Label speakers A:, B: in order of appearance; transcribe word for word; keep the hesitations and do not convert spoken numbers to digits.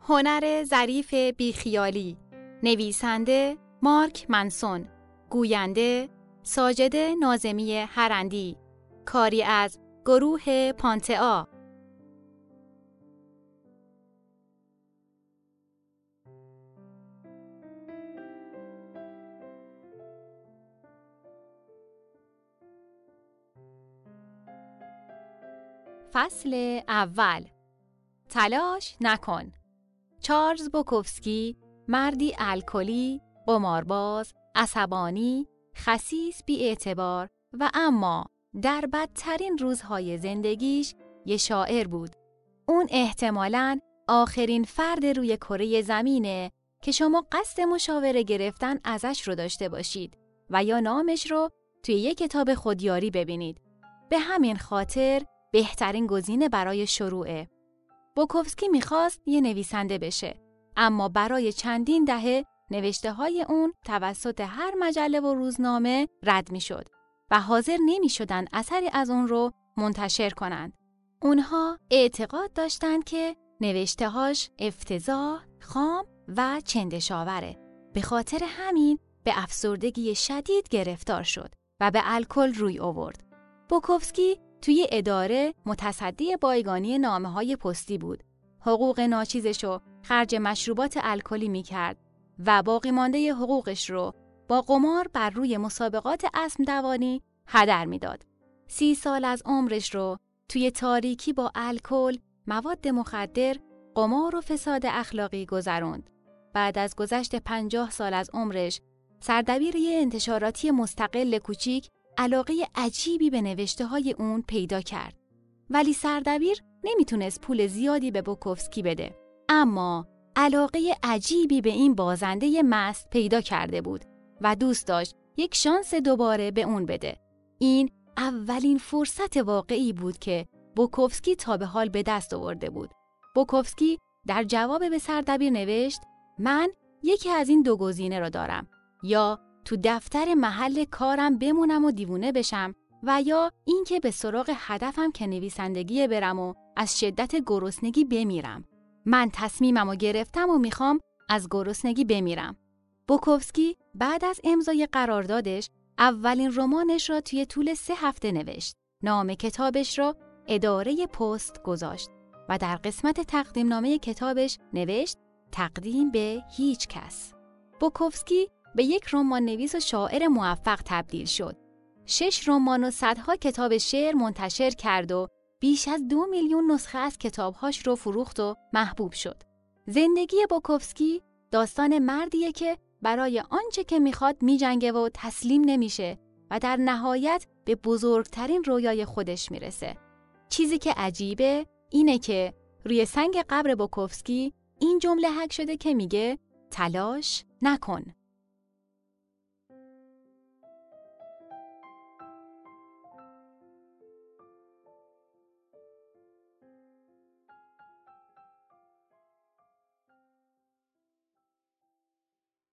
A: هنر ظریف بیخیالی. نویسنده مارک منسون. گوینده ساجد ناظمی هرندی. کاری از گروه پانتئا. فصل اول. تلاش نکن. چارلز بوکوفسکی مردی الکلی، قمارباز، عصبانی، خسیس بی‌اعتبار و اما در بدترین روزهای زندگیش یه شاعر بود. اون احتمالاً آخرین فرد روی کره زمینه که شما قصد مشاوره گرفتن ازش رو داشته باشید و یا نامش رو توی یه کتاب خودیاری ببینید. به همین خاطر بهترین گزینه برای شروعه. بوکوفسکی میخواست یه نویسنده بشه، اما برای چندین دهه نوشته‌های اون توسط هر مجله و روزنامه رد میشد و حاضر نمیشدن اثری از اون رو منتشر کنند. اونها اعتقاد داشتند که نوشته‌هاش افتضاح، خام و چندشاوره. به خاطر همین به افسردگی شدید گرفتار شد و به الکل روی آورد. بوکوفسکی توی اداره متصدی بایگانی نامه‌های پستی بود. حقوق ناچیزشو خرج مشروبات الکلی می‌کرد و باقی مانده حقوقش رو با قمار بر روی مسابقات اسب دوانی هدر میداد. سی سال از عمرش رو توی تاریکی با الکل، مواد مخدر، قمار و فساد اخلاقی گذروند. بعد از گذشت پنجاه سال از عمرش، سردبیر یه انتشاراتی مستقل کوچیک علاقه عجیبی به نوشته‌های اون پیدا کرد. ولی سردبیر نمیتونست پول زیادی به بوکوفسکی بده. اما علاقه عجیبی به این بازنده مست پیدا کرده بود و دوست داشت یک شانس دوباره به اون بده. این اولین فرصت واقعی بود که بوکوفسکی تا به حال به دست آورده بود. بوکوفسکی در جواب به سردبیر نوشت: من یکی از این دو گزینه را دارم، یا تو دفتر محل کارم بمونم و دیوونه بشم و یا اینکه به سراغ هدفم که نویسندگی برم و از شدت گرسنگی بمیرم. من تصمیممو گرفتم و میخوام از گرسنگی بمیرم. بوکوفسکی بعد از امضای قراردادش اولین رمانش را توی طول سه هفته نوشت. نام کتابش را اداره پست گذاشت و در قسمت تقدیم نامه کتابش نوشت: تقدیم به هیچ کس. بوکوفسکی به یک رمان نویس و شاعر موفق تبدیل شد. شش رمان و صدها کتاب شعر منتشر کرد و بیش از دو میلیون نسخه از کتابهاش رو فروخت و محبوب شد. زندگی بوکوفسکی داستان مردیه که برای آنچه که میخواد میجنگه و تسلیم نمیشه و در نهایت به بزرگترین رویای خودش میرسه. چیزی که عجیبه اینه که روی سنگ قبر بوکوفسکی این جمله حک شده که میگه: تلاش نکن.